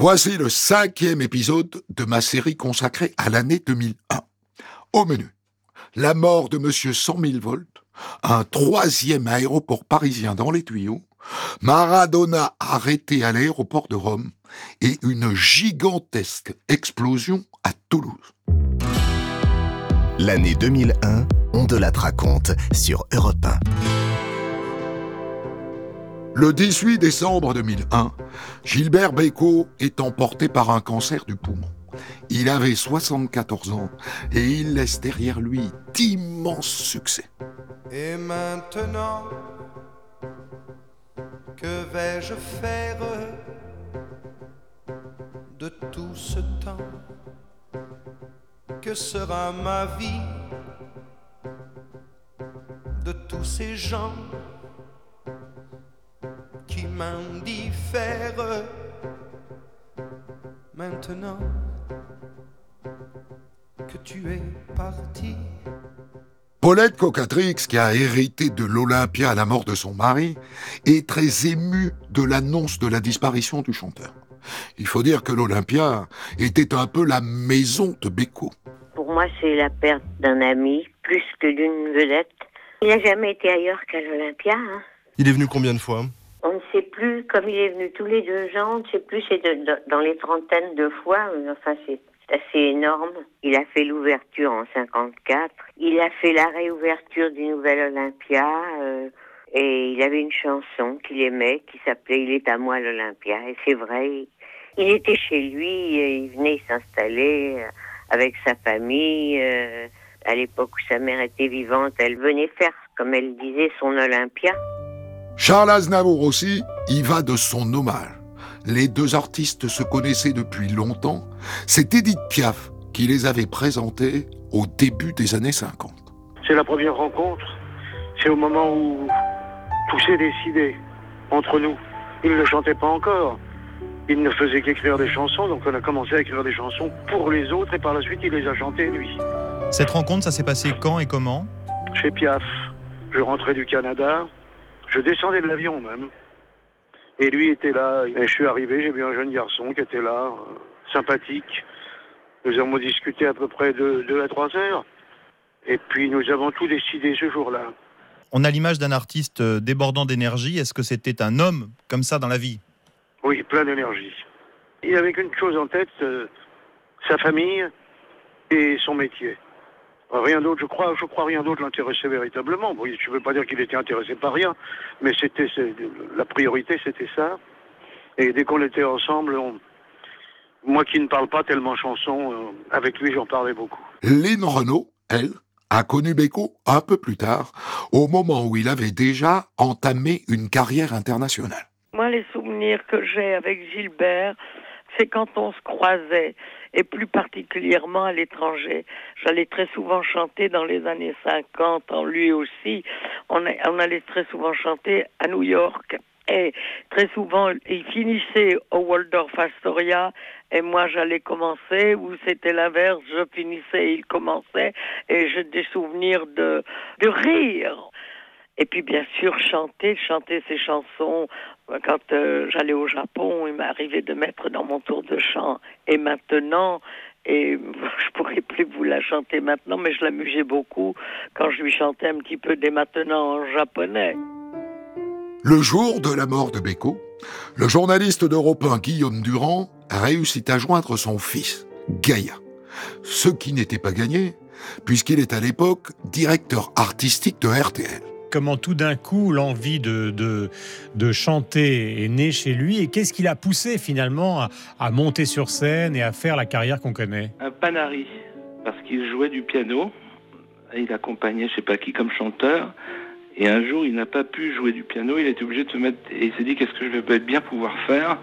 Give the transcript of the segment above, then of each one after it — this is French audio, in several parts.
Voici le 5e épisode de ma série consacrée à l'année 2001. Au menu, la mort de Monsieur 100 000 volts, un 3e aéroport parisien dans les tuyaux, Maradona arrêté à l'aéroport de Rome et une gigantesque explosion à Toulouse. L'année 2001, on te la raconte sur Europe 1. Le 18 décembre 2001, Gilbert Bécaud est emporté par un cancer du poumon. Il avait 74 ans et il laisse derrière lui d'immenses succès. Et maintenant, que vais-je faire de tout ce temps? Que sera ma vie de tous ces gens qui m'indiffèrent maintenant que tu es parti? Paulette Cocatrix, qui a hérité de l'Olympia à la mort de son mari, est très émue de l'annonce de la disparition du chanteur. Il faut dire que l'Olympia était un peu la maison de Bécaud. Pour moi, c'est la perte d'un ami, plus que d'une vedette. Il n'a jamais été ailleurs qu'à l'Olympia. Il est venu combien de fois? On ne sait plus, comme il est venu tous les 2 ans, on ne sait plus, c'est dans les trentaines de fois. Enfin, c'est assez énorme. Il a fait l'ouverture en 54. Il a fait la réouverture du Nouvel Olympia. Et il avait une chanson qu'il aimait, qui s'appelait « Il est à moi l'Olympia ». Et c'est vrai, il était chez lui, et il venait s'installer avec sa famille. À l'époque où sa mère était vivante, elle venait faire, comme elle disait, son Olympia. Charles Aznavour aussi y va de son hommage. Les 2 artistes se connaissaient depuis longtemps. C'est Édith Piaf qui les avait présentés au début des années 50. C'est la première rencontre. C'est au moment où tout s'est décidé entre nous. Il ne chantait pas encore. Il ne faisait qu'écrire des chansons, donc on a commencé à écrire des chansons pour les autres et par la suite il les a chantées lui. Cette rencontre, ça s'est passé quand et comment? Chez Piaf. Je rentrais du Canada, je descendais de l'avion même. Et lui était là, et je suis arrivé, j'ai vu un jeune garçon qui était là, sympathique. Nous avons discuté à peu près 2 à 3 heures. Et puis nous avons tout décidé ce jour-là. On a l'image d'un artiste débordant d'énergie. Est-ce que c'était un homme comme ça dans la vie? Oui, plein d'énergie. Il avait qu'une chose en tête, sa famille et son métier. Rien d'autre, je crois rien d'autre l'intéressait véritablement. Bon, je ne veux pas dire qu'il était intéressé par rien, mais la priorité, c'était ça. Et dès qu'on était ensemble, moi qui ne parle pas tellement chanson, avec lui, j'en parlais beaucoup. Lynn Renaud, elle, a connu Bécaud un peu plus tard, au moment où il avait déjà entamé une carrière internationale. Moi, les souvenirs que j'ai avec Gilbert, c'est quand on se croisait, et plus particulièrement à l'étranger. J'allais très souvent chanter dans les années 50, en lui aussi. On allait très souvent chanter à New York. Et très souvent, il finissait au Waldorf Astoria, et moi j'allais commencer, ou c'était l'inverse, je finissais et il commençait, et j'ai des souvenirs de rire. Et puis bien sûr, chanter ses chansons. Quand j'allais au Japon, il m'arrivait de mettre dans mon tour de chant « Et maintenant », et je pourrais plus vous la chanter maintenant, mais je l'amusais beaucoup quand je lui chantais un petit peu dès maintenant en japonais. Le jour de la mort de Bécaud, le journaliste d'Europe 1 Guillaume Durand réussit à joindre son fils, Gaïa. Ce qui n'était pas gagné, puisqu'il est à l'époque directeur artistique de RTL. Comment tout d'un coup l'envie de chanter est née chez lui, et qu'est-ce qui l'a poussé finalement à monter sur scène et à faire la carrière qu'on connaît? Un Panari, parce qu'il jouait du piano, il accompagnait je sais pas qui comme chanteur, et un jour il n'a pas pu jouer du piano, il était obligé de se mettre, et il s'est dit qu'est-ce que je vais bien pouvoir faire,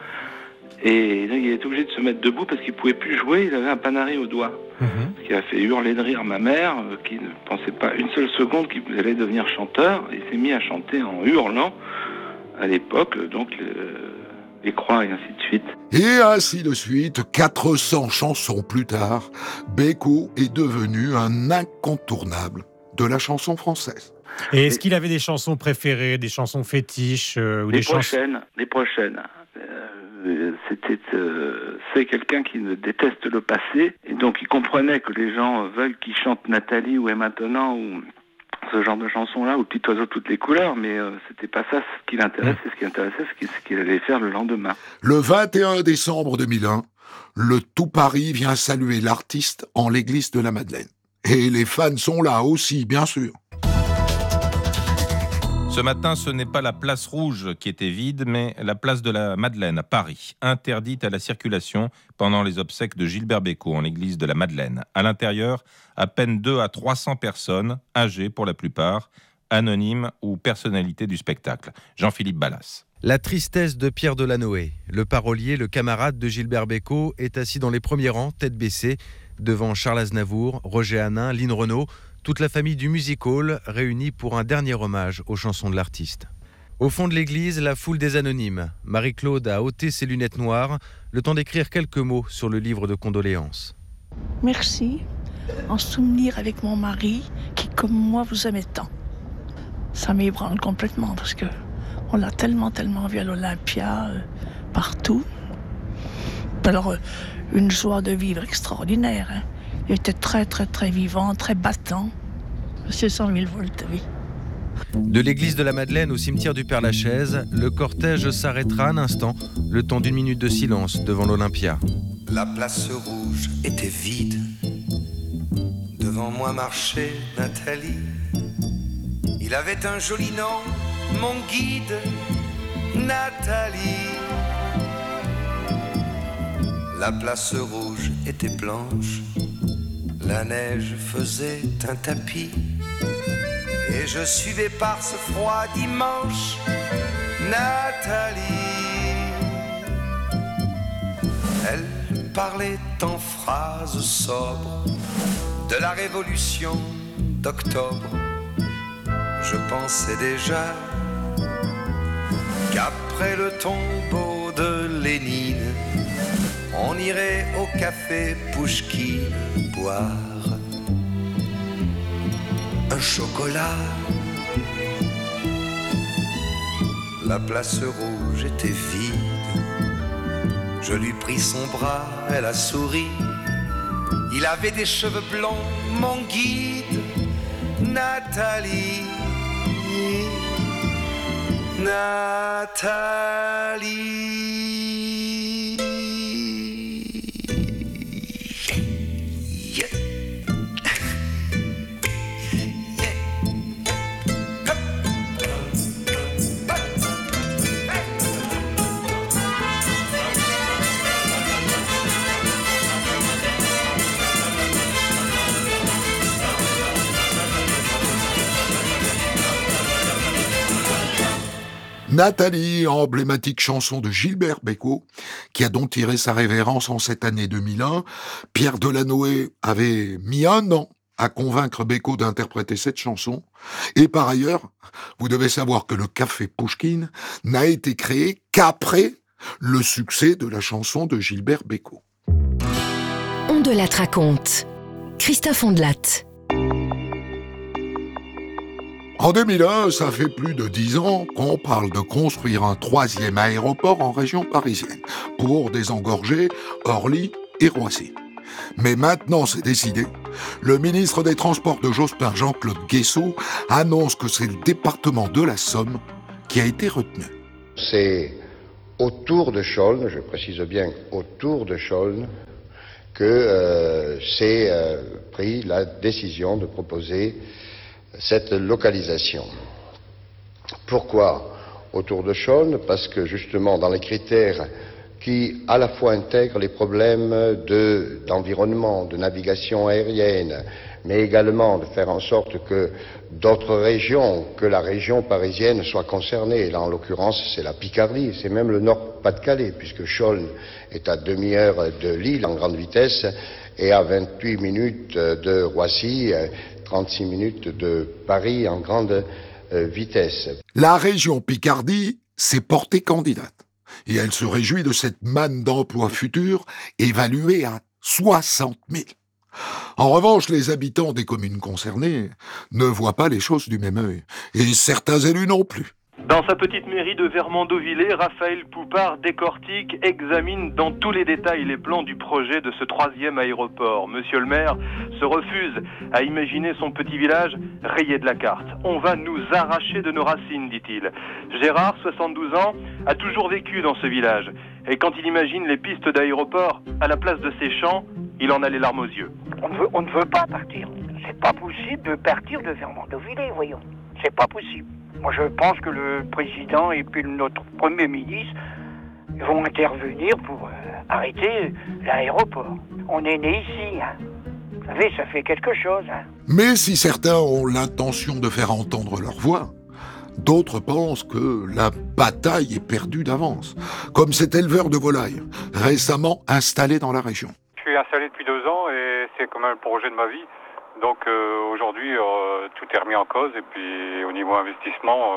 et donc il était obligé de se mettre debout parce qu'il pouvait plus jouer, il avait un Panari au doigt. Ce qui a fait hurler de rire ma mère, qui ne pensait pas une seule seconde qu'il allait devenir chanteur. Il s'est mis à chanter en hurlant à l'époque, donc les croix et ainsi de suite. Et ainsi de suite, 400 chansons plus tard, Bécaud est devenu un incontournable de la chanson française. Et est-ce qu'il avait des chansons préférées, des chansons fétiches ou les prochaines. C'est quelqu'un qui ne déteste le passé, et donc il comprenait que les gens veulent qu'il chante Nathalie ou Est maintenant ou ce genre de chansons-là, ou Petit oiseau toutes les couleurs, mais c'était pas ça ce qui l'intéressait. Ce qui l'intéressait, c'est ce qu'il allait faire le lendemain. Le 21 décembre 2001, le tout Paris vient saluer l'artiste en l'église de la Madeleine. Et les fans sont là aussi, bien sûr. Ce matin, ce n'est pas la place Rouge qui était vide, mais la place de la Madeleine à Paris, interdite à la circulation pendant les obsèques de Gilbert Bécaud en l'église de la Madeleine. À l'intérieur, à peine 200 à 300 personnes, âgées pour la plupart, anonymes ou personnalités du spectacle. Jean-Philippe Ballas. La tristesse de Pierre Delanoë, le parolier, le camarade de Gilbert Bécaud, est assis dans les premiers rangs, tête baissée, devant Charles Aznavour, Roger Hanin, Lynn Renaud, toute la famille du Music Hall réunie pour un dernier hommage aux chansons de l'artiste. Au fond de l'église, la foule des anonymes. Marie-Claude a ôté ses lunettes noires, le temps d'écrire quelques mots sur le livre de condoléances. Merci, en souvenir avec mon mari, qui comme moi vous aimait tant. Ça m'ébranle complètement parce que on l'a tellement vu à l'Olympia, partout. Alors, une joie de vivre extraordinaire, hein. Il était très vivant, très battant. Monsieur 100 000 volts, oui. De l'église de la Madeleine au cimetière du Père-Lachaise, le cortège s'arrêtera un instant, le temps d'une minute de silence devant l'Olympia. La place rouge était vide. Devant moi marchait Nathalie. Il avait un joli nom, mon guide, Nathalie. La place rouge était blanche. La neige faisait un tapis et je suivais par ce froid dimanche Nathalie. Elle parlait en phrases sobres de la révolution d'octobre. Je pensais déjà qu'après le tombeau de Lénine, on irait au café Pouchkine boire un chocolat. La place rouge était vide. Je lui pris son bras, elle a souri. Il avait des cheveux blonds, mon guide, Nathalie. Nathalie. Nathalie, emblématique chanson de Gilbert Bécaud, qui a donc tiré sa révérence en cette année 2001. Pierre Delanoë avait mis 1 an à convaincre Bécaud d'interpréter cette chanson. Et par ailleurs, vous devez savoir que le café Pouchkine n'a été créé qu'après le succès de la chanson de Gilbert Bécaud. On de la raconte. Christophe Ondelat. En 2001, ça fait plus de 10 ans qu'on parle de construire un 3e aéroport en région parisienne pour désengorger Orly et Roissy. Mais maintenant, c'est décidé. Le ministre des Transports de Jospin, Jean-Claude Guessot, annonce que c'est le département de la Somme qui a été retenu. C'est autour de Chaulnes, je précise bien autour de Chaulnes, que s'est pris la décision de proposer cette localisation. Pourquoi autour de Chaulnes? Parce que justement dans les critères qui à la fois intègrent les problèmes d'environnement, de navigation aérienne, mais également de faire en sorte que d'autres régions que la région parisienne soient concernées. Et là, en l'occurrence, c'est la Picardie, c'est même le Nord-Pas-de-Calais, puisque Chaulnes est à demi-heure de Lille en grande vitesse et à 28 minutes de Roissy, 36 minutes de Paris en grande vitesse. La région Picardie s'est portée candidate et elle se réjouit de cette manne d'emplois futurs évaluée à 60 000. En revanche, les habitants des communes concernées ne voient pas les choses du même œil, et certains élus non plus. Dans sa petite mairie de Vermont-d'Auvillers, Raphaël Poupard décortique, examine dans tous les détails les plans du projet de ce 3e aéroport. Monsieur le maire se refuse à imaginer son petit village rayé de la carte. On va nous arracher de nos racines, dit-il. Gérard, 72 ans, a toujours vécu dans ce village. Et quand il imagine les pistes d'aéroport à la place de ses champs, il en a les larmes aux yeux. On ne veut pas partir. C'est pas possible de partir de Vermont-d'Auvillers, voyons. C'est pas possible. Moi, je pense que le président et puis notre premier ministre vont intervenir pour arrêter l'aéroport. On est né ici, hein. Vous savez, ça fait quelque chose, hein. Mais si certains ont l'intention de faire entendre leur voix, d'autres pensent que la bataille est perdue d'avance, comme cet éleveur de volailles, récemment installé dans la région. Je suis installé depuis 2 ans et c'est quand même le projet de ma vie. Donc aujourd'hui, tout est remis en cause et puis au niveau investissement,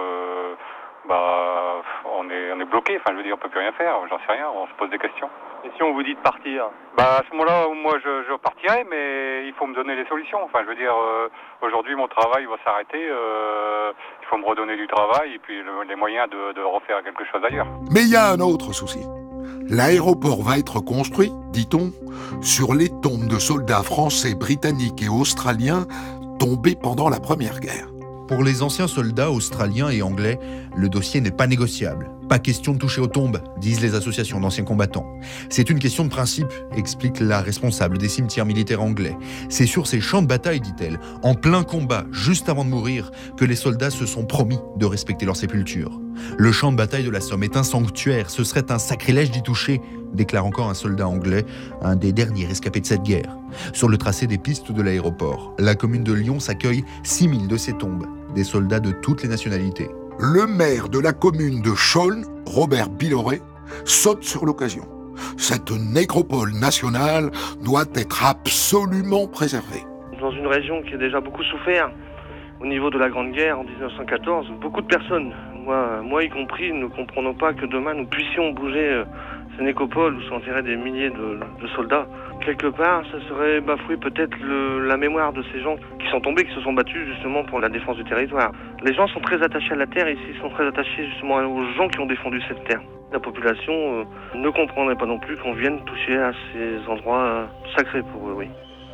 on est bloqué. Enfin, je veux dire, on peut plus rien faire. J'en sais rien. On se pose des questions. Et si on vous dit de partir? À ce moment-là, moi, je partirai, mais il faut me donner les solutions. Enfin, je veux dire, aujourd'hui, mon travail va s'arrêter. Il faut me redonner du travail et puis les moyens de refaire quelque chose ailleurs. Mais il y a un autre souci. L'aéroport va être construit, dit-on, sur les tombes de soldats français, britanniques et australiens tombés pendant la Première Guerre. Pour les anciens soldats australiens et anglais, le dossier n'est pas négociable. Pas question de toucher aux tombes, disent les associations d'anciens combattants. C'est une question de principe, explique la responsable des cimetières militaires anglais. C'est sur ces champs de bataille, dit-elle, en plein combat, juste avant de mourir, que les soldats se sont promis de respecter leur sépulture. Le champ de bataille de la Somme est un sanctuaire, ce serait un sacrilège d'y toucher, déclare encore un soldat anglais, un des derniers rescapés de cette guerre. Sur le tracé des pistes de l'aéroport, la commune de Lyon s'accueille 6000 de ces tombes, des soldats de toutes les nationalités. Le maire de la commune de Chaulnes, Robert Billoret, saute sur l'occasion. Cette nécropole nationale doit être absolument préservée. Dans une région qui a déjà beaucoup souffert au niveau de la Grande Guerre en 1914, beaucoup de personnes, moi y compris, ne comprenons pas que demain nous puissions bouger ces nécropoles où sont enterrés des milliers de soldats. Quelque part, ça serait bafouer peut-être la mémoire de ces gens qui sont tombés, qui se sont battus justement pour la défense du territoire. Les gens sont très attachés à la terre ici, sont très attachés justement aux gens qui ont défendu cette terre. La population ne comprendrait pas non plus qu'on vienne toucher à ces endroits sacrés pour eux, oui.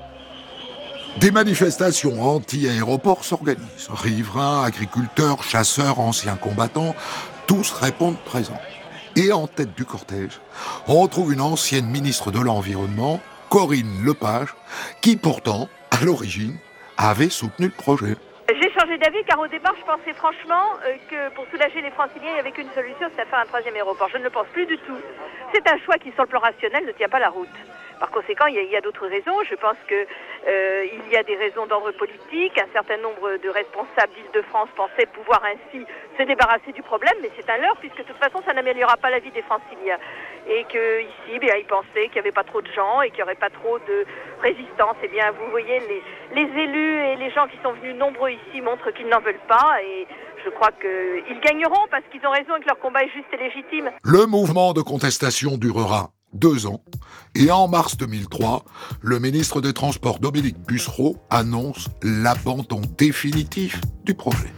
Des manifestations anti-aéroports s'organisent. Riverains, agriculteurs, chasseurs, anciens combattants, tous répondent présents. Et en tête du cortège, on trouve une ancienne ministre de l'Environnement, Corinne Lepage, qui pourtant, à l'origine, avait soutenu le projet. J'ai changé d'avis car au départ je pensais franchement que pour soulager les Franciliens il n'y avait qu'une solution, c'est de faire un 3e aéroport. Je ne le pense plus du tout. C'est un choix qui sur le plan rationnel ne tient pas la route. Par conséquent, il y a d'autres raisons. Je pense qu'il y a des raisons d'ordre politique. Un certain nombre de responsables d'Île-de-France pensaient pouvoir ainsi se débarrasser du problème, mais c'est un leurre puisque de toute façon, ça n'améliorera pas la vie des Franciliens. Et qu'ici, ils pensaient qu'il n'y avait pas trop de gens et qu'il n'y aurait pas trop de résistance. Eh bien, vous voyez, les élus et les gens qui sont venus nombreux ici montrent qu'ils n'en veulent pas et je crois qu'ils gagneront parce qu'ils ont raison et que leur combat est juste et légitime. Le mouvement de contestation durera 2 ans. Et en mars 2003, le ministre des Transports Dominique Bussereau annonce l'abandon définitif du projet.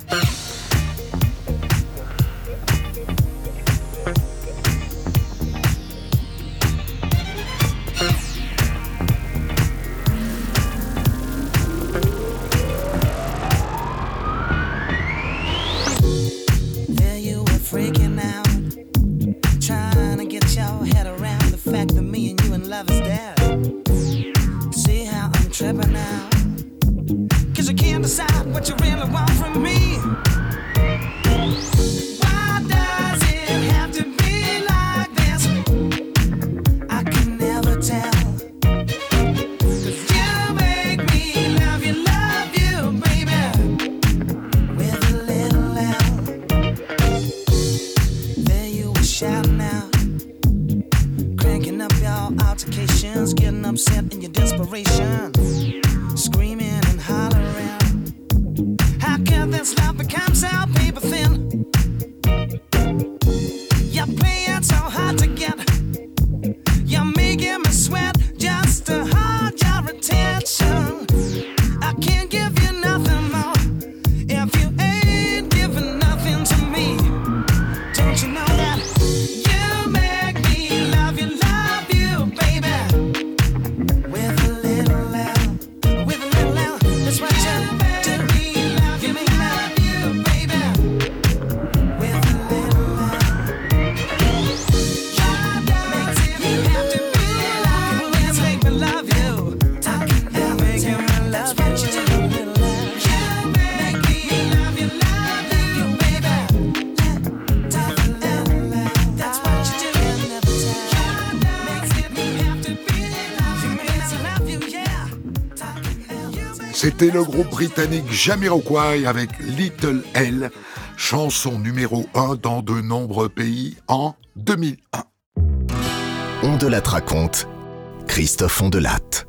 C'était le groupe britannique Jamiroquai avec Little L, chanson numéro 1 dans de nombreux pays en 2001. On de la raconte, Christophe Ondelatte.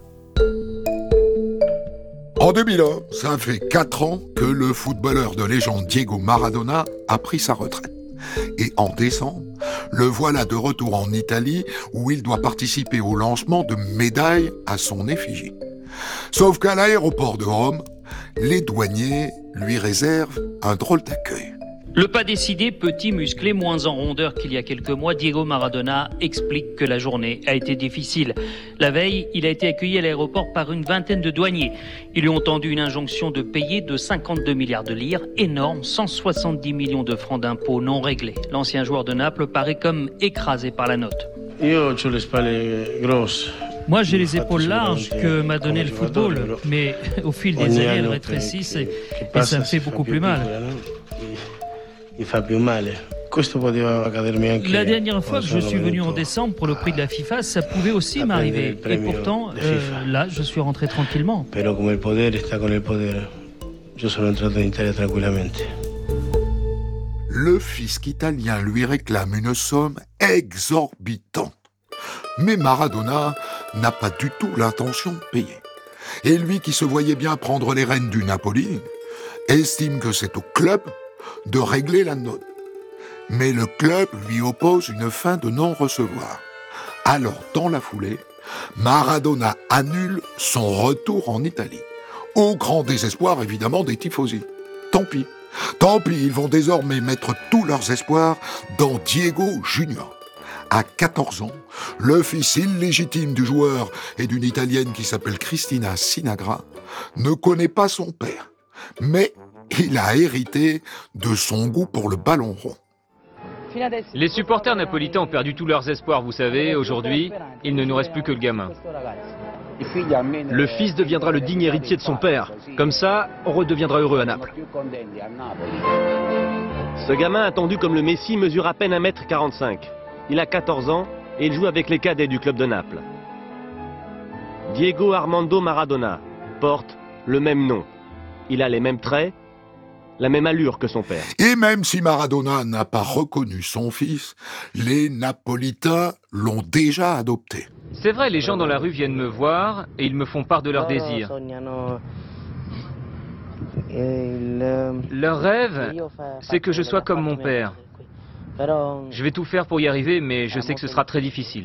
En 2001, ça fait 4 ans que le footballeur de légende Diego Maradona a pris sa retraite. Et en décembre, le voilà de retour en Italie où il doit participer au lancement de médailles à son effigie. Sauf qu'à l'aéroport de Rome, les douaniers lui réservent un drôle d'accueil. Le pas décidé, petit, musclé, moins en rondeur qu'il y a quelques mois, Diego Maradona explique que la journée a été difficile. La veille, il a été accueilli à l'aéroport par une vingtaine de douaniers. Ils lui ont tendu une injonction de payer de 52 milliards de lire, énorme, 170 millions de francs d'impôts non réglés. L'ancien joueur de Naples paraît comme écrasé par la note. Moi, j'ai les épaules larges que m'a donné le football, mais au fil des années, elles rétrécissent et ça me fait beaucoup plus mal. La dernière fois que je suis venu en décembre pour le prix de la FIFA, ça pouvait aussi m'arriver. Et pourtant, là, je suis rentré tranquillement. Le fisc italien lui réclame une somme exorbitante. Mais Maradona n'a pas du tout l'intention de payer. Et lui, qui se voyait bien prendre les rênes du Napoli, estime que c'est au club de régler la note. Mais le club lui oppose une fin de non-recevoir. Alors, dans la foulée, Maradona annule son retour en Italie. Au grand désespoir, évidemment, des tifosi. Tant pis, ils vont désormais mettre tous leurs espoirs dans Diego Junior. À 14 ans, le fils illégitime du joueur et d'une Italienne qui s'appelle Cristina Sinagra ne connaît pas son père, mais il a hérité de son goût pour le ballon rond. Les supporters napolitains ont perdu tous leurs espoirs, vous savez. Aujourd'hui, il ne nous reste plus que le gamin. Le fils deviendra le digne héritier de son père. Comme ça, on redeviendra heureux à Naples. Ce gamin attendu comme le Messi mesure à peine 1m45. Il a 14 ans et il joue avec les cadets du club de Naples. Diego Armando Maradona porte le même nom. Il a les mêmes traits, la même allure que son père. Et même si Maradona n'a pas reconnu son fils, les Napolitains l'ont déjà adopté. C'est vrai, les gens dans la rue viennent me voir et ils me font part de leurs désirs. Leur rêve, c'est que je sois comme mon père. Je vais tout faire pour y arriver, mais je sais que ce sera très difficile.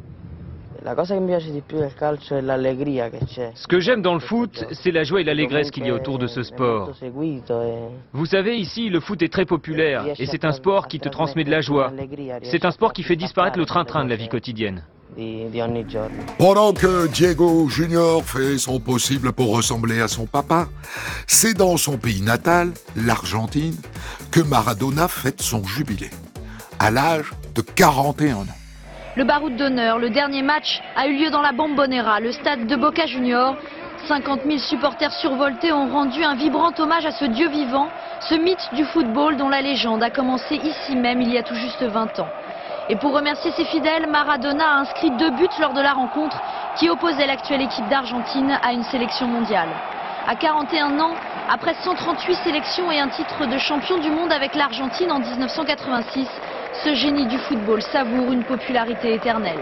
Ce que j'aime dans le foot, c'est la joie et l'allégresse qu'il y a autour de ce sport. Vous savez, ici, le foot est très populaire et c'est un sport qui te transmet de la joie. C'est un sport qui fait disparaître le train-train de la vie quotidienne. Pendant que Diego Junior fait son possible pour ressembler à son papa, c'est dans son pays natal, l'Argentine, que Maradona fête son jubilé, à l'âge de 41 ans. Le baroud d'honneur, le dernier match a eu lieu dans la Bombonera, le stade de Boca Juniors. 50 000 supporters survoltés ont rendu un vibrant hommage à ce dieu vivant, ce mythe du football dont la légende a commencé ici même il y a tout juste 20 ans. Et pour remercier ses fidèles, Maradona a inscrit 2 buts lors de la rencontre qui opposait l'actuelle équipe d'Argentine à une sélection mondiale. À 41 ans, après 138 sélections et un titre de champion du monde avec l'Argentine en 1986, ce génie du football savoure une popularité éternelle.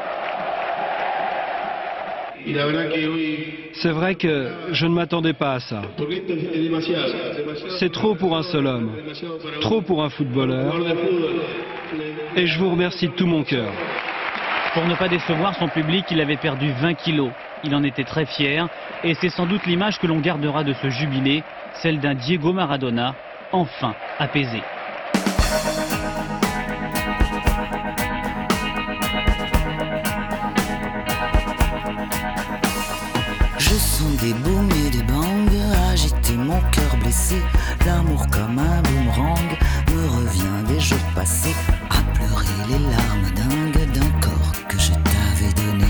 C'est vrai que je ne m'attendais pas à ça. C'est trop pour un seul homme, trop pour un footballeur. Et je vous remercie de tout mon cœur. Pour ne pas décevoir son public, il avait perdu 20 kilos. Il en était très fier et c'est sans doute l'image que l'on gardera de ce jubilé, celle d'un Diego Maradona enfin apaisé. Je sens des booms et des bangs agiter mon cœur blessé. L'amour comme un boomerang me revient des jours passés, à pleurer les larmes dingues d'un corps que je t'avais donné.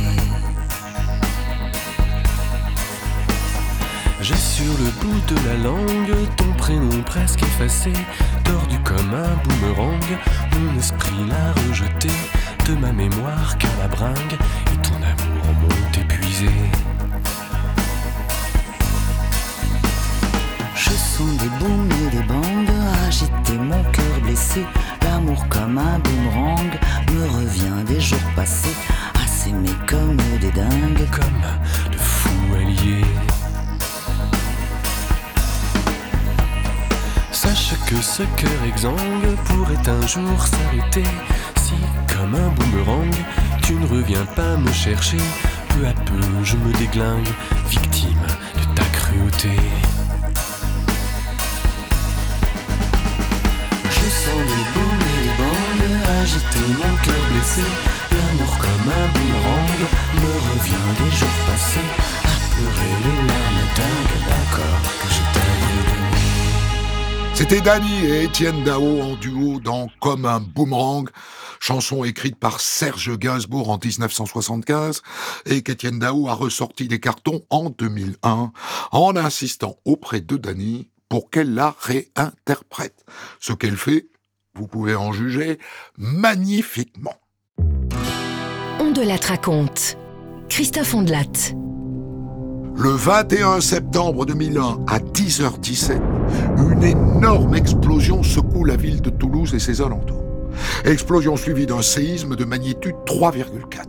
J'ai sur le bout de la langue ton prénom presque effacé, tordu comme un boomerang. Mon esprit l'a rejeté de ma mémoire car la bringue et ton amour m'ont épuisé. Je sens des booms et des bangs agiter mon cœur blessé. L'amour comme un boomerang me revient des jours passés. À s'aimer comme des dingues, comme de fous alliés. Sache que ce cœur exsangue pourrait un jour s'arrêter. Si, comme un boomerang, tu ne reviens pas me chercher, peu à peu je me déglingue, victime de ta cruauté. Je sens les booms et les bangs agiter mon cœur blessé. L'amour comme un boomerang me revient des jours passés. À pleurer les larmes dingues, d'accord que je t'avais donné. C'était Dany et Étienne Dao en duo dans Comme un boomerang, chanson écrite par Serge Gainsbourg en 1975 et qu'Étienne Dao a ressorti des cartons en 2001 en insistant auprès de Dany pour qu'elle la réinterprète. Ce qu'elle fait, vous pouvez en juger, magnifiquement. On de la raconte. Christophe Ondelat. Le 21 septembre 2001, à 10h17, une énorme explosion secoue la ville de Toulouse et ses alentours. Explosion suivie d'un séisme de magnitude 3,4.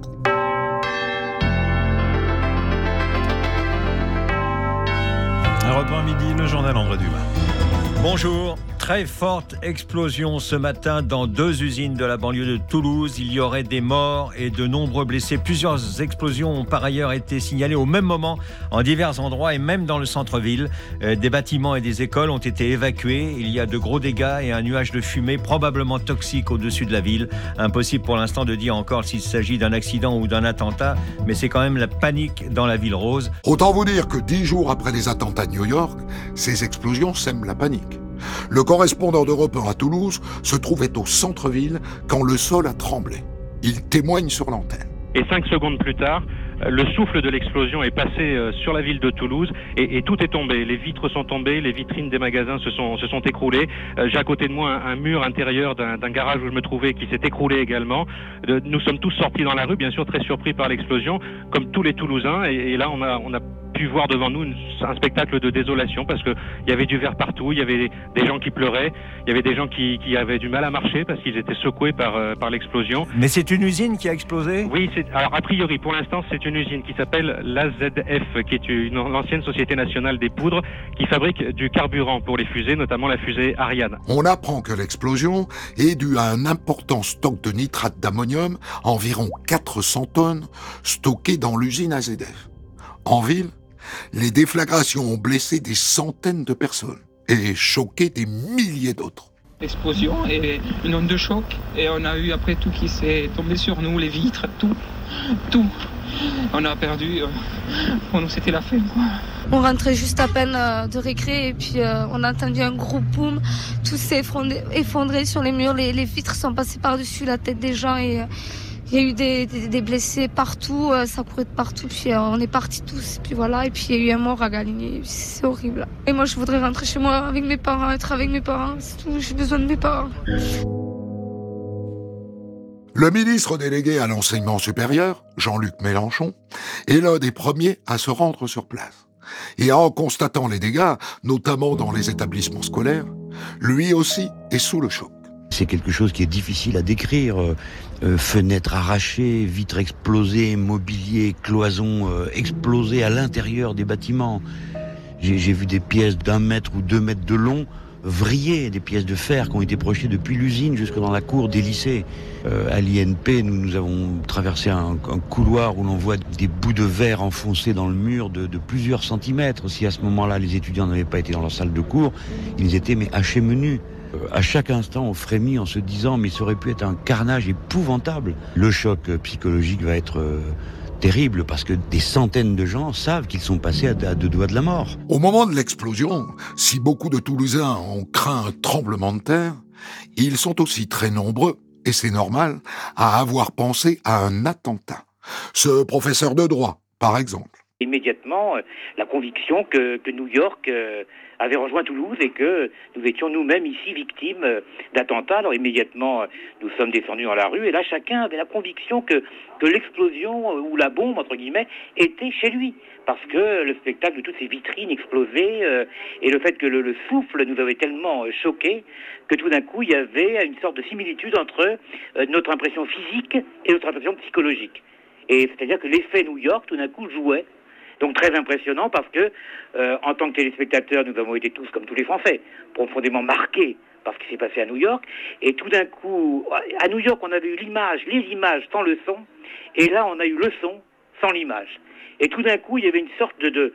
Europe 1 midi, le journal André Dumas. Bonjour. Très forte explosion ce matin dans 2 usines de la banlieue de Toulouse. Il y aurait des morts et de nombreux blessés. Plusieurs explosions ont par ailleurs été signalées au même moment en divers endroits et même dans le centre-ville. Des bâtiments et des écoles ont été évacués. Il y a de gros dégâts et un nuage de fumée probablement toxique au-dessus de la ville. Impossible pour l'instant de dire encore s'il s'agit d'un accident ou d'un attentat, mais c'est quand même la panique dans la ville rose. Autant vous dire que 10 jours après les attentats de New York, ces explosions sèment la panique. Le correspondant d'Europe 1 à Toulouse se trouvait au centre-ville quand le sol a tremblé. Il témoigne sur l'antenne. Et 5 secondes plus tard, le souffle de l'explosion est passé sur la ville de Toulouse et tout est tombé. Les vitres sont tombées, les vitrines des magasins se sont écroulées. J'ai à côté de moi un mur intérieur d'un garage où je me trouvais qui s'est écroulé également. Nous sommes tous sortis dans la rue, bien sûr très surpris par l'explosion, comme tous les Toulousains. Et là, on a pu voir devant nous un spectacle de désolation parce qu'il y avait du verre partout, il y avait des gens qui pleuraient, il y avait des gens qui avaient du mal à marcher parce qu'ils étaient secoués par l'explosion. Mais c'est une usine qui a explosé ? Oui, alors a priori, pour l'instant, c'est une usine qui s'appelle l'AZF, qui est l'ancienne Société Nationale des Poudres, qui fabrique du carburant pour les fusées, notamment la fusée Ariane. On apprend que l'explosion est due à un important stock de nitrate d'ammonium, environ 400 tonnes, stocké dans l'usine AZF. En ville, les déflagrations ont blessé des centaines de personnes et choqué des milliers d'autres. Explosion et une onde de choc et on a eu après tout qui s'est tombé sur nous, les vitres, tout. On a perdu, pour nous c'était la fin quoi. On rentrait juste à peine de récré et puis on a entendu un gros boom, tout s'est effondré sur les murs, les vitres sont passées par-dessus la tête des gens et il y a eu des blessés partout, ça courait de partout, puis on est partis tous, puis voilà, et puis il y a eu un mort à Galigny, c'est horrible. Et moi je voudrais rentrer chez moi avec mes parents, être avec mes parents, c'est tout, j'ai besoin de mes parents. Le ministre délégué à l'enseignement supérieur, Jean-Luc Mélenchon, est l'un des premiers à se rendre sur place. Et en constatant les dégâts, notamment dans les établissements scolaires, lui aussi est sous le choc. C'est quelque chose qui est difficile à décrire. Fenêtres arrachées, vitres explosées, mobilier, cloisons explosées à l'intérieur des bâtiments. J'ai vu des pièces d'1 mètre ou 2 mètres de long vriller, des pièces de fer qui ont été projetées depuis l'usine jusque dans la cour des lycées. À l'INP, nous avons traversé un couloir où l'on voit des bouts de verre enfoncés dans le mur de plusieurs centimètres. Si à ce moment-là, les étudiants n'avaient pas été dans leur salle de cours, ils étaient hachés menus. À chaque instant, on frémit en se disant « mais ça aurait pu être un carnage épouvantable ». Le choc psychologique va être terrible parce que des centaines de gens savent qu'ils sont passés à 2 doigts de la mort. Au moment de l'explosion, si beaucoup de Toulousains ont craint un tremblement de terre, ils sont aussi très nombreux, et c'est normal, à avoir pensé à un attentat. Ce professeur de droit, par exemple. Immédiatement, la conviction que New York avait rejoint Toulouse et que nous étions nous-mêmes ici victimes d'attentats. Alors immédiatement, nous sommes descendus dans la rue et là, chacun avait la conviction que l'explosion ou la bombe, entre guillemets, était chez lui. Parce que le spectacle de toutes ces vitrines explosées et le fait que le souffle nous avait tellement choqués que tout d'un coup, il y avait une sorte de similitude entre notre impression physique et notre impression psychologique. Et c'est-à-dire que l'effet New York, tout d'un coup, jouait. Donc très impressionnant parce que, en tant que téléspectateurs, nous avons été tous, comme tous les Français, profondément marqués par ce qui s'est passé à New York. Et tout d'un coup, à New York, on avait eu les images sans le son. Et là, on a eu le son sans l'image. Et tout d'un coup, il y avait une sorte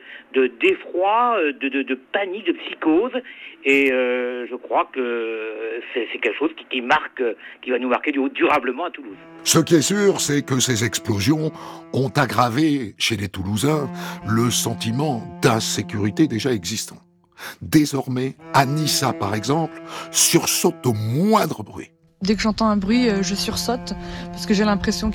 d'effroi, de panique, de psychose. Et je crois que c'est quelque chose qui va nous marquer durablement à Toulouse. Ce qui est sûr, c'est que ces explosions ont aggravé chez les Toulousains le sentiment d'insécurité déjà existant. Désormais, Anissa, par exemple, sursaute au moindre bruit. Dès que j'entends un bruit, je sursaute parce que j'ai l'impression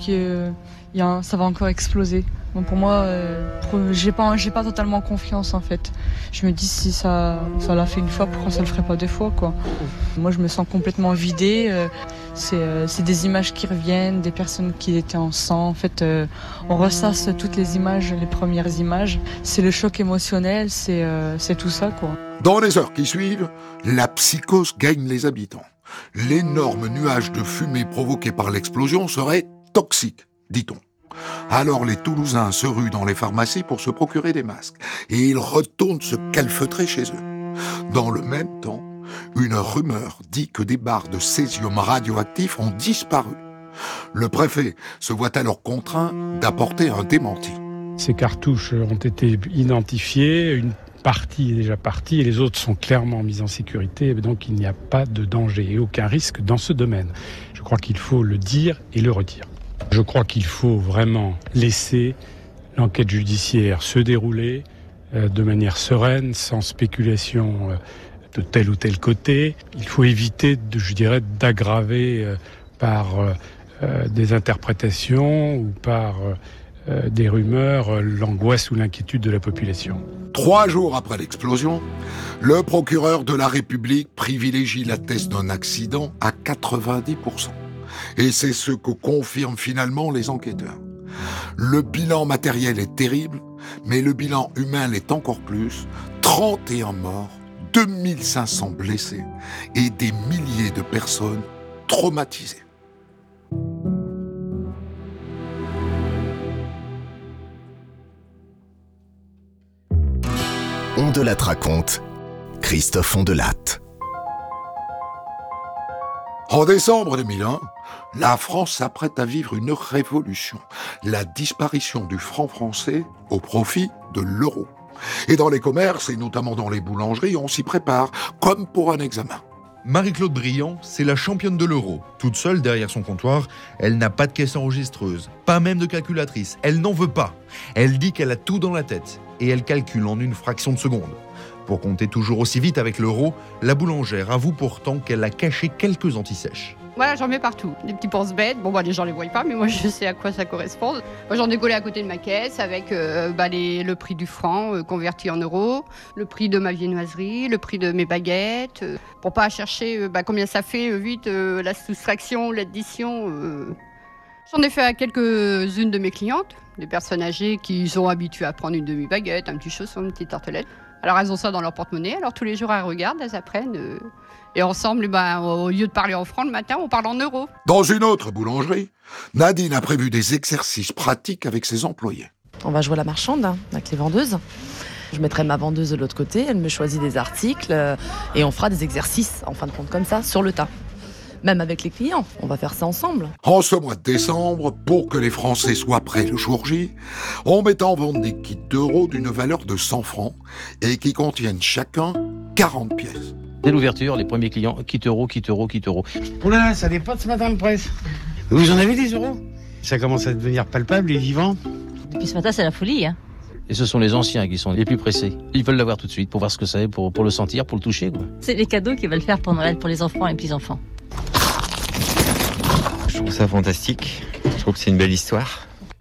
ça va encore exploser. Donc pour moi, j'ai pas totalement confiance en fait. Je me dis si ça l'a fait une fois, pourquoi ça le ferait pas deux fois quoi. Moi je me sens complètement vidée. C'est des images qui reviennent, des personnes qui étaient en sang. En fait, on ressasse toutes les images, les premières images. C'est le choc émotionnel, c'est tout ça quoi. Dans les heures qui suivent, la psychose gagne les habitants. L'énorme nuage de fumée provoqué par l'explosion serait toxique, dit-on. Alors les Toulousains se ruent dans les pharmacies pour se procurer des masques et ils retournent se calfeutrer chez eux. Dans le même temps, une rumeur dit que des barres de césium radioactif ont disparu. Le préfet se voit alors contraint d'apporter un démenti. Ces cartouches ont été identifiées, une partie est déjà partie et les autres sont clairement mises en sécurité, donc il n'y a pas de danger et aucun risque dans ce domaine. Je crois qu'il faut le dire et le redire. Je crois qu'il faut vraiment laisser l'enquête judiciaire se dérouler de manière sereine, sans spéculation de tel ou tel côté. Il faut éviter, d'aggraver par des interprétations ou par des rumeurs l'angoisse ou l'inquiétude de la population. 3 jours après l'explosion, le procureur de la République privilégie la thèse d'un accident à 90%. Et c'est ce que confirment finalement les enquêteurs. Le bilan matériel est terrible, mais le bilan humain l'est encore plus. 31 morts, 2500 blessés et des milliers de personnes traumatisées. On de la raconte, Christophe Ondelatte. En décembre 2001, la France s'apprête à vivre une révolution, la disparition du franc français au profit de l'euro. Et dans les commerces, et notamment dans les boulangeries, on s'y prépare, comme pour un examen. Marie-Claude Briand, c'est la championne de l'euro. Toute seule derrière son comptoir, elle n'a pas de caisse enregistreuse, pas même de calculatrice. Elle n'en veut pas. Elle dit qu'elle a tout dans la tête et elle calcule en une fraction de seconde. Pour compter toujours aussi vite avec l'euro, la boulangère avoue pourtant qu'elle a caché quelques antisèches. Voilà, j'en mets partout. Des petits pense-bêtes. Les gens les voient pas, mais moi je sais à quoi ça correspond. Moi j'en ai collé à côté de ma caisse avec le prix du franc converti en euros, le prix de ma viennoiserie, le prix de mes baguettes, pour pas chercher combien ça fait vite la soustraction, l'addition. J'en ai fait à quelques-unes de mes clientes, des personnes âgées qui sont habituées à prendre une demi-baguette, un petit chausson, une petite tartelette. Alors elles ont ça dans leur porte-monnaie, alors tous les jours elles regardent, elles apprennent. Et ensemble, au lieu de parler en francs le matin, on parle en euros. Dans une autre boulangerie, Nadine a prévu des exercices pratiques avec ses employés. On va jouer à la marchande avec les vendeuses. Je mettrai ma vendeuse de l'autre côté, elle me choisit des articles et on fera des exercices, en fin de compte, comme ça, sur le tas. Même avec les clients, on va faire ça ensemble. En ce mois de décembre, pour que les Français soient prêts le jour J, on met en vente des kits d'euros d'une valeur de 100 francs et qui contiennent chacun 40 pièces. Dès l'ouverture, les premiers clients, kit euros. Oula, ça dépote ce matin le presse. Vous en avez des euros? Ça commence à devenir palpable et vivant. Depuis ce matin, c'est la folie, hein. Et ce sont les anciens qui sont les plus pressés. Ils veulent l'avoir tout de suite pour voir ce que c'est, pour le sentir, pour le toucher, quoi. C'est les cadeaux qu'ils veulent faire pour Noël pour les enfants et les petits-enfants. Je trouve ça fantastique. Je trouve que c'est une belle histoire.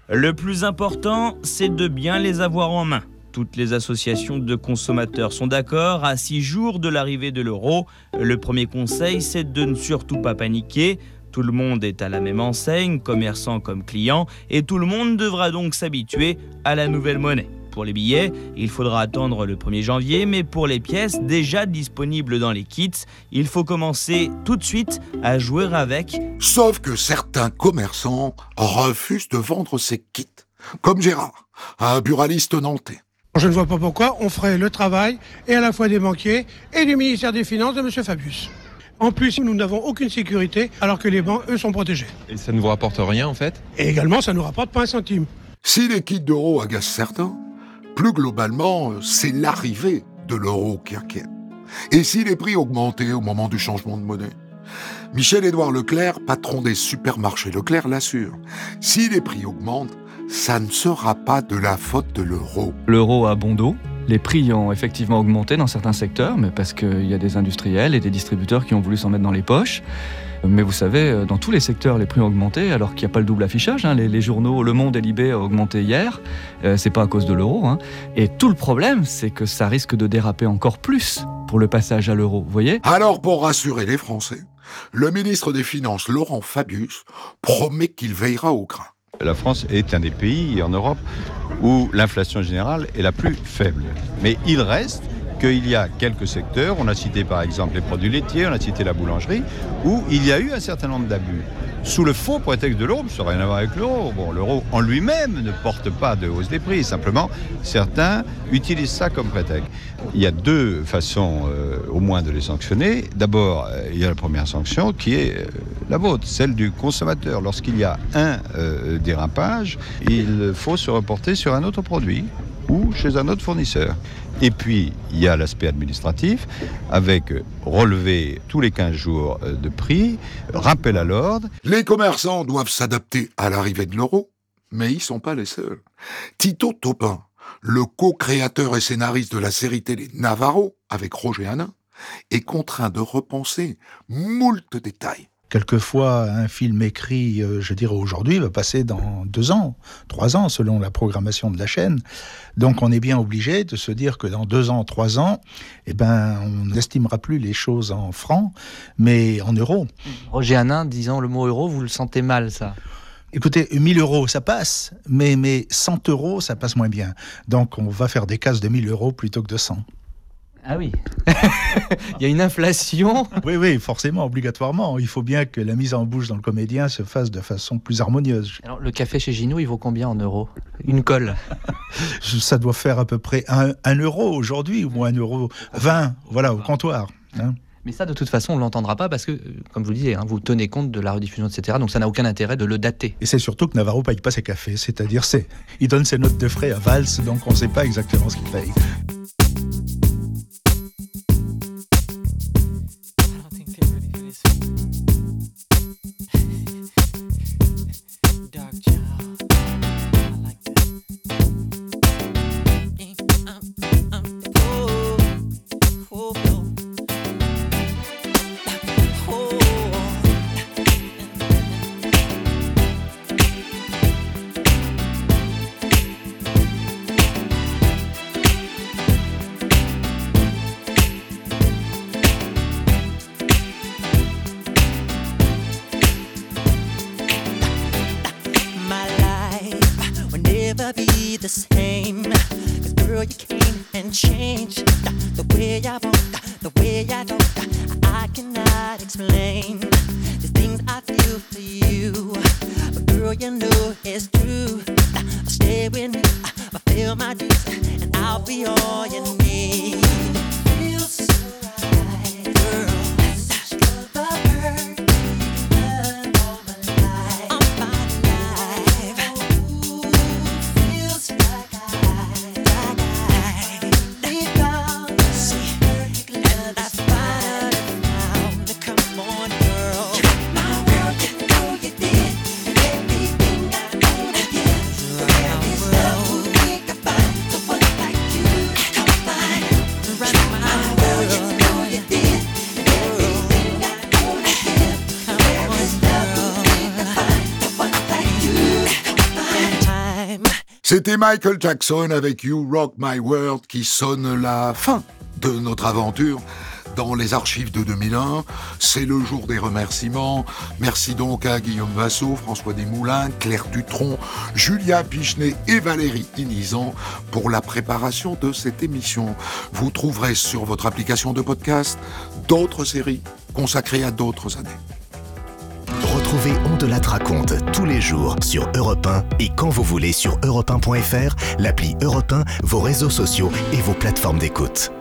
Le plus important, c'est de bien les avoir en main. Toutes les associations de consommateurs sont d'accord. À 6 jours de l'arrivée de l'euro, le premier conseil, c'est de ne surtout pas paniquer. Tout le monde est à la même enseigne, commerçants comme clients, et tout le monde devra donc s'habituer à la nouvelle monnaie. Pour les billets, il faudra attendre le 1er janvier, mais pour les pièces déjà disponibles dans les kits, il faut commencer tout de suite à jouer avec. Sauf que certains commerçants refusent de vendre ces kits, comme Gérard, un buraliste nantais. Je ne vois pas pourquoi on ferait le travail et à la fois des banquiers et du ministère des Finances de M. Fabius. En plus, nous n'avons aucune sécurité alors que les banques, eux, sont protégés. Et ça ne vous rapporte rien en fait ? Et également, ça ne nous rapporte pas un centime. Si les kits d'euros agacent certains, plus globalement, c'est l'arrivée de l'euro qui inquiète. Et si les prix augmentaient au moment du changement de monnaie ? Michel-Édouard Leclerc, patron des supermarchés Leclerc, l'assure. Si les prix augmentent, ça ne sera pas de la faute de l'euro. L'euro a bon dos. Les prix ont effectivement augmenté dans certains secteurs, mais parce qu'il y a des industriels et des distributeurs qui ont voulu s'en mettre dans les poches. Mais vous savez, dans tous les secteurs, les prix ont augmenté, alors qu'il n'y a pas le double affichage. Les journaux Le Monde et Libé ont augmenté hier. C'est pas à cause de l'euro. Et tout le problème, c'est que ça risque de déraper encore plus pour le passage à l'euro, vous voyez ? Alors, pour rassurer les Français, le ministre des Finances, Laurent Fabius, promet qu'il veillera au grain. La France est un des pays en Europe où l'inflation générale est la plus faible. Mais il reste qu'il y a quelques secteurs, on a cité par exemple les produits laitiers, on a cité la boulangerie, où il y a eu un certain nombre d'abus. Sous le faux prétexte de l'euro, ça n'a rien à voir avec l'euro. Bon, l'euro en lui-même ne porte pas de hausse des prix, simplement certains utilisent ça comme prétexte. Il y a deux façons au moins de les sanctionner. D'abord, il y a la première sanction qui est la vôtre, celle du consommateur. Lorsqu'il y a un dérapage, il faut se reporter sur un autre produit ou chez un autre fournisseur. Et puis, il y a l'aspect administratif, avec relevé tous les 15 jours de prix, rappel à l'ordre. Les commerçants doivent s'adapter à l'arrivée de l'euro, mais ils ne sont pas les seuls. Tito Topin, le co-créateur et scénariste de la série télé Navarro, avec Roger Hanin, est contraint de repenser moult détails. Quelquefois, un film écrit, je dirais aujourd'hui, va passer dans 2 ans, 3 ans, selon la programmation de la chaîne. Donc on est bien obligé de se dire que dans 2 ans, 3 ans, on n'estimera plus les choses en francs, mais en euros. Roger Hanin, disant le mot euro, vous le sentez mal, ça ? Écoutez, 1000 euros, ça passe, mais 100 euros, ça passe moins bien. Donc on va faire des cases de 1000 euros plutôt que de 100. Ah oui. Il y a une inflation. Oui, forcément, obligatoirement. Il faut bien que la mise en bouche dans le comédien se fasse de façon plus harmonieuse. Alors, le café chez Gino, il vaut combien en euros ? Une colle ? Ça doit faire à peu près 1 euro aujourd'hui, ou 1,20 €, voilà, au comptoir. Mais ça, de toute façon, on ne l'entendra pas parce que, comme je vous le disais, vous tenez compte de la rediffusion, etc. Donc ça n'a aucun intérêt de le dater. Et c'est surtout que Navarro ne paye pas ses cafés. C'est-à-dire, il donne ses notes de frais à Valls, donc on ne sait pas exactement ce qu'il paye. C'était Michael Jackson avec You Rock My World qui sonne la fin de notre aventure dans les archives de 2001. C'est le jour des remerciements. Merci donc à Guillaume Vassaux, François Desmoulins, Claire Dutronc, Julia Pichenet et Valérie Inizan pour la préparation de cette émission. Vous trouverez sur votre application de podcast d'autres séries consacrées à d'autres années. Retrouvez On de Latte raconte tous les jours sur Europe 1 et quand vous voulez sur europe1.fr, l'appli Europe 1, vos réseaux sociaux et vos plateformes d'écoute.